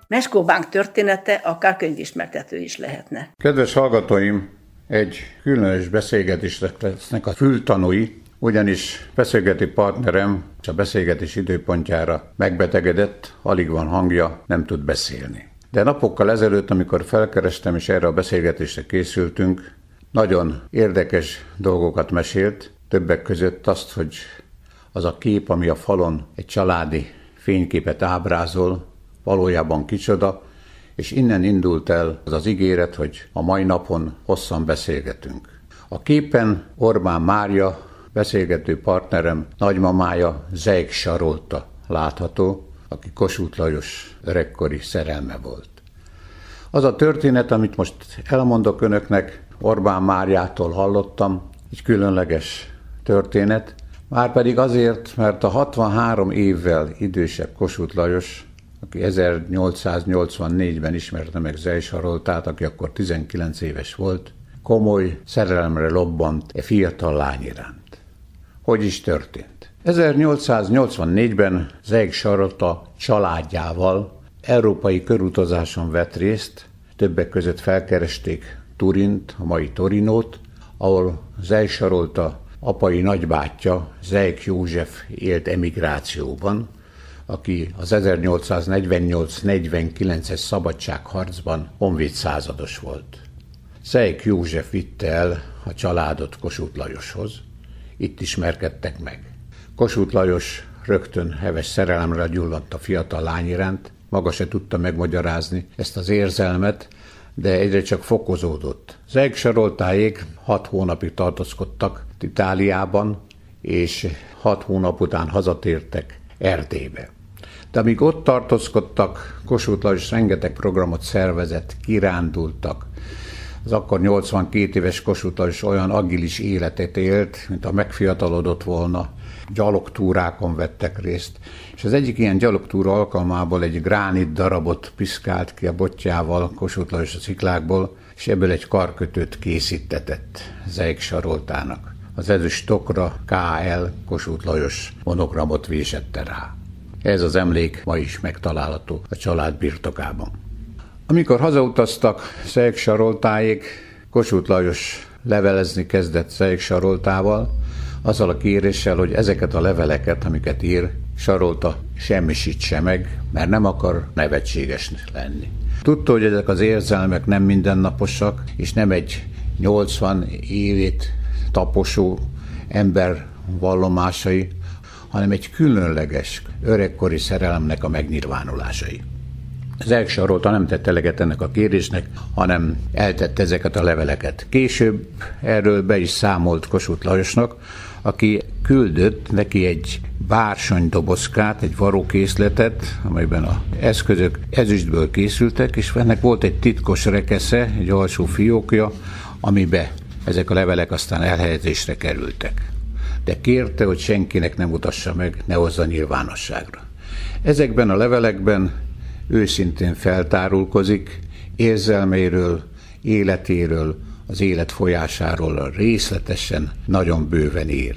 Meskó Bank története akár könyvismertető is lehetne. Kedves hallgatóim, egy különös beszélgetésnek lesznek a fültanúi, ugyanis beszélgető partnerem a beszélgetés időpontjára megbetegedett, alig van hangja, nem tud beszélni. De napokkal ezelőtt, amikor felkerestem és erre a beszélgetésre készültünk, nagyon érdekes dolgokat mesélt, többek között azt, hogy az a kép, ami a falon egy családi fényképet ábrázol, valójában kicsoda, és innen indult el az ígéret, hogy a mai napon hosszan beszélgetünk. A képen Orbán Mária, beszélgető partnerem nagymamája, Zeyk Sarolta látható, aki Kossuth Lajos öregkori szerelme volt. Az a történet, amit most elmondok önöknek, Orbán Máriától hallottam, egy különleges történet, márpedig azért, mert a 63 évvel idősebb Kossuth Lajos, aki 1884-ben ismerte meg Zeyk Saroltát, aki akkor 19 éves volt, komoly szerelemre lobbant e fiatal lány iránt. Hogy is történt? 1884-ben Zeyk Sarolta családjával európai körutazáson vett részt, többek között felkeresték Turint, a mai Torinót, ahol Zeyk Sarolta apai nagybátyja, Zeyk József élt emigrációban, aki az 1848-49-es szabadságharcban honvéd százados volt. Zeyk József vitte el a családot Kossuth Lajoshoz, itt ismerkedtek meg. Kossuth Lajos rögtön heves szerelemre gyulladt a fiatal lány iránt, maga se tudta megmagyarázni ezt az érzelmet, de egyre csak fokozódott. Zeyk Saroltáék 6 hónapig tartózkodtak Itáliában, és 6 hónap után hazatértek Erdélybe. De amíg ott tartózkodtak, Kossuth Lajos rengeteg programot szervezett, kirándultak. Az akkor 82 éves Kossuth Lajos olyan agilis életet élt, mint ha megfiatalodott volna. Gyalogtúrákon vettek részt, és az egyik ilyen gyalogtúra alkalmából egy gránit darabot piszkált ki a botjával Kossuth Lajos a sziklákból, és ebből egy karkötőt készítetett Zeyk Saroltának. Az ezüst tokra KL Kossuth Lajos monogramot vésette rá. Ez az emlék ma is megtalálható a család birtokában. Amikor hazautaztak Zeyk Saroltáék, Kossuth Lajos levelezni kezdett Zeyk Saroltával, azzal a kéréssel, hogy ezeket a leveleket, amiket ír, Sarolta semmisítse meg, mert nem akar nevetséges lenni. Tudta, hogy ezek az érzelmek nem mindennaposak, és nem egy 80 évét taposó ember vallomásai, hanem egy különleges, öregkori szerelemnek a megnyilvánulásai. Zeyk Sarolta nem tett eleget ennek a kérésnek, hanem eltette ezeket a leveleket. Később erről be is számolt Kossuth Lajosnak, aki küldött neki egy bársonydobozkát, egy varókészletet, amelyben az eszközök ezüstből készültek, és ennek volt egy titkos rekesze, egy alsó fiókja, amibe ezek a levelek aztán elhelyezésre kerültek. De kérte, hogy senkinek nem mutassa meg, ne hozza nyilvánosságra. Ezekben a levelekben őszintén feltárulkozik, érzelmeiről, életéről, az élet folyásáról részletesen, nagyon bőven ír.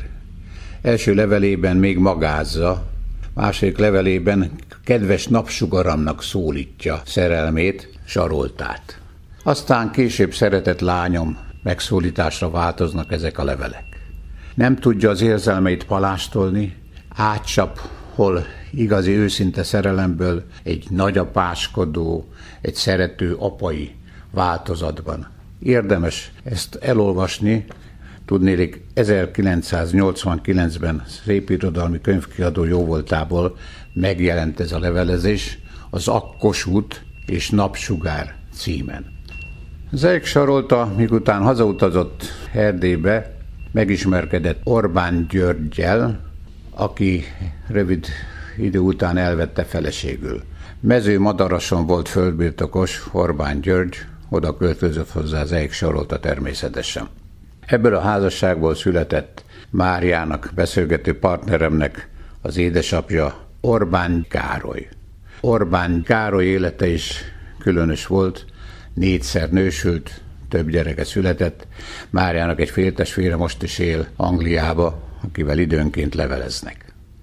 Első levelében még magázza, második levelében kedves napsugaramnak szólítja szerelmét, Saroltát. Aztán később szeretett lányom megszólításra változnak ezek a levelek. Nem tudja az érzelmeit palástolni, átcsap, hol igazi őszinte szerelemből egy nagyapáskodó, egy szerető apai változatban. Érdemes ezt elolvasni, tudnélik 1989-ben szépirodalmi könyvkiadó jóvoltából megjelent ez a levelezés, az Kossuth és Napsugár címen. Zeyk Sarolta, miután hazautazott Erdélybe, megismerkedett Orbán Györggyel, aki rövid idő után elvette feleségül. Mezőmadarason volt földbirtokos Orbán György, oda költözött hozzá Zeyk Sarolta természetesen. Ebből a házasságból született Máriának, beszélgető partneremnek az édesapja, Orbán Károly. Orbán Károly élete is különös volt, 4-szer nősült, több gyereke született. Máriának egy féltestvére most is él Angliába, akivel időnként leveleznek.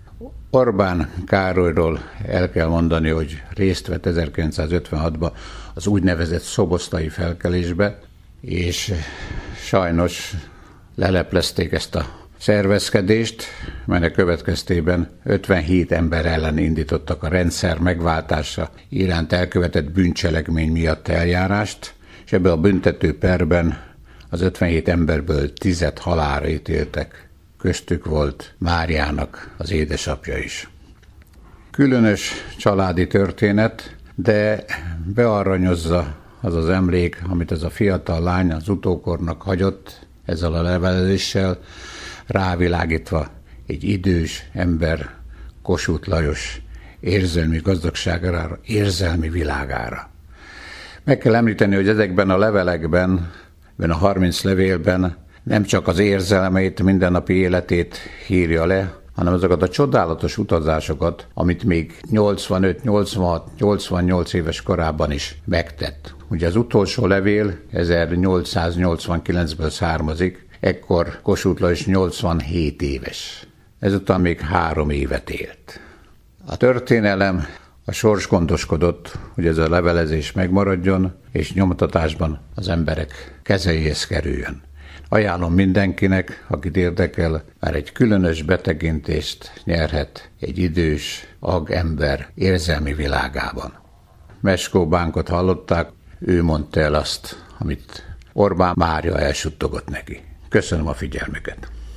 Orbán Károlyról el kell mondani, hogy részt vett 1956-ban az úgynevezett szoboszlai felkelésbe, és sajnos leleplezték ezt a szervezkedést, melynek következtében 57 ember ellen indítottak a rendszer megváltása iránt elkövetett bűncselekmény miatt eljárást, és ebben a büntető perben az 57 emberből 10 halálra ítéltek. Köztük volt Máriának az édesapja is. Különös családi történet, de bearanyozza az az emlék, amit ez a fiatal lány az utókornak hagyott ezzel a levelezéssel, rávilágítva egy idős ember, Kossuth Lajos érzelmi gazdagságára, érzelmi világára. Meg kell említeni, hogy ezekben a levelekben, a 30 levélben nem csak az érzelmeit, mindennapi életét írja le, hanem azokat a csodálatos utazásokat, amit még 85, 86, 88 éves korában is megtett. Ugye az utolsó levél 1889-ből származik, ekkor Kossuth Lajos 87 éves. Ezután még 3 évet élt. A történelem, a sors gondoskodott, hogy ez a levelezés megmaradjon, és nyomtatásban az emberek kezeihez kerüljön. Ajánlom mindenkinek, akit érdekel, már egy különös betekintést nyerhet egy idős ember érzelmi világában. Meskó Bánkot hallották, ő mondta el azt, amit Orbán Mária elsuttogott neki. Köszönöm a figyelmüket!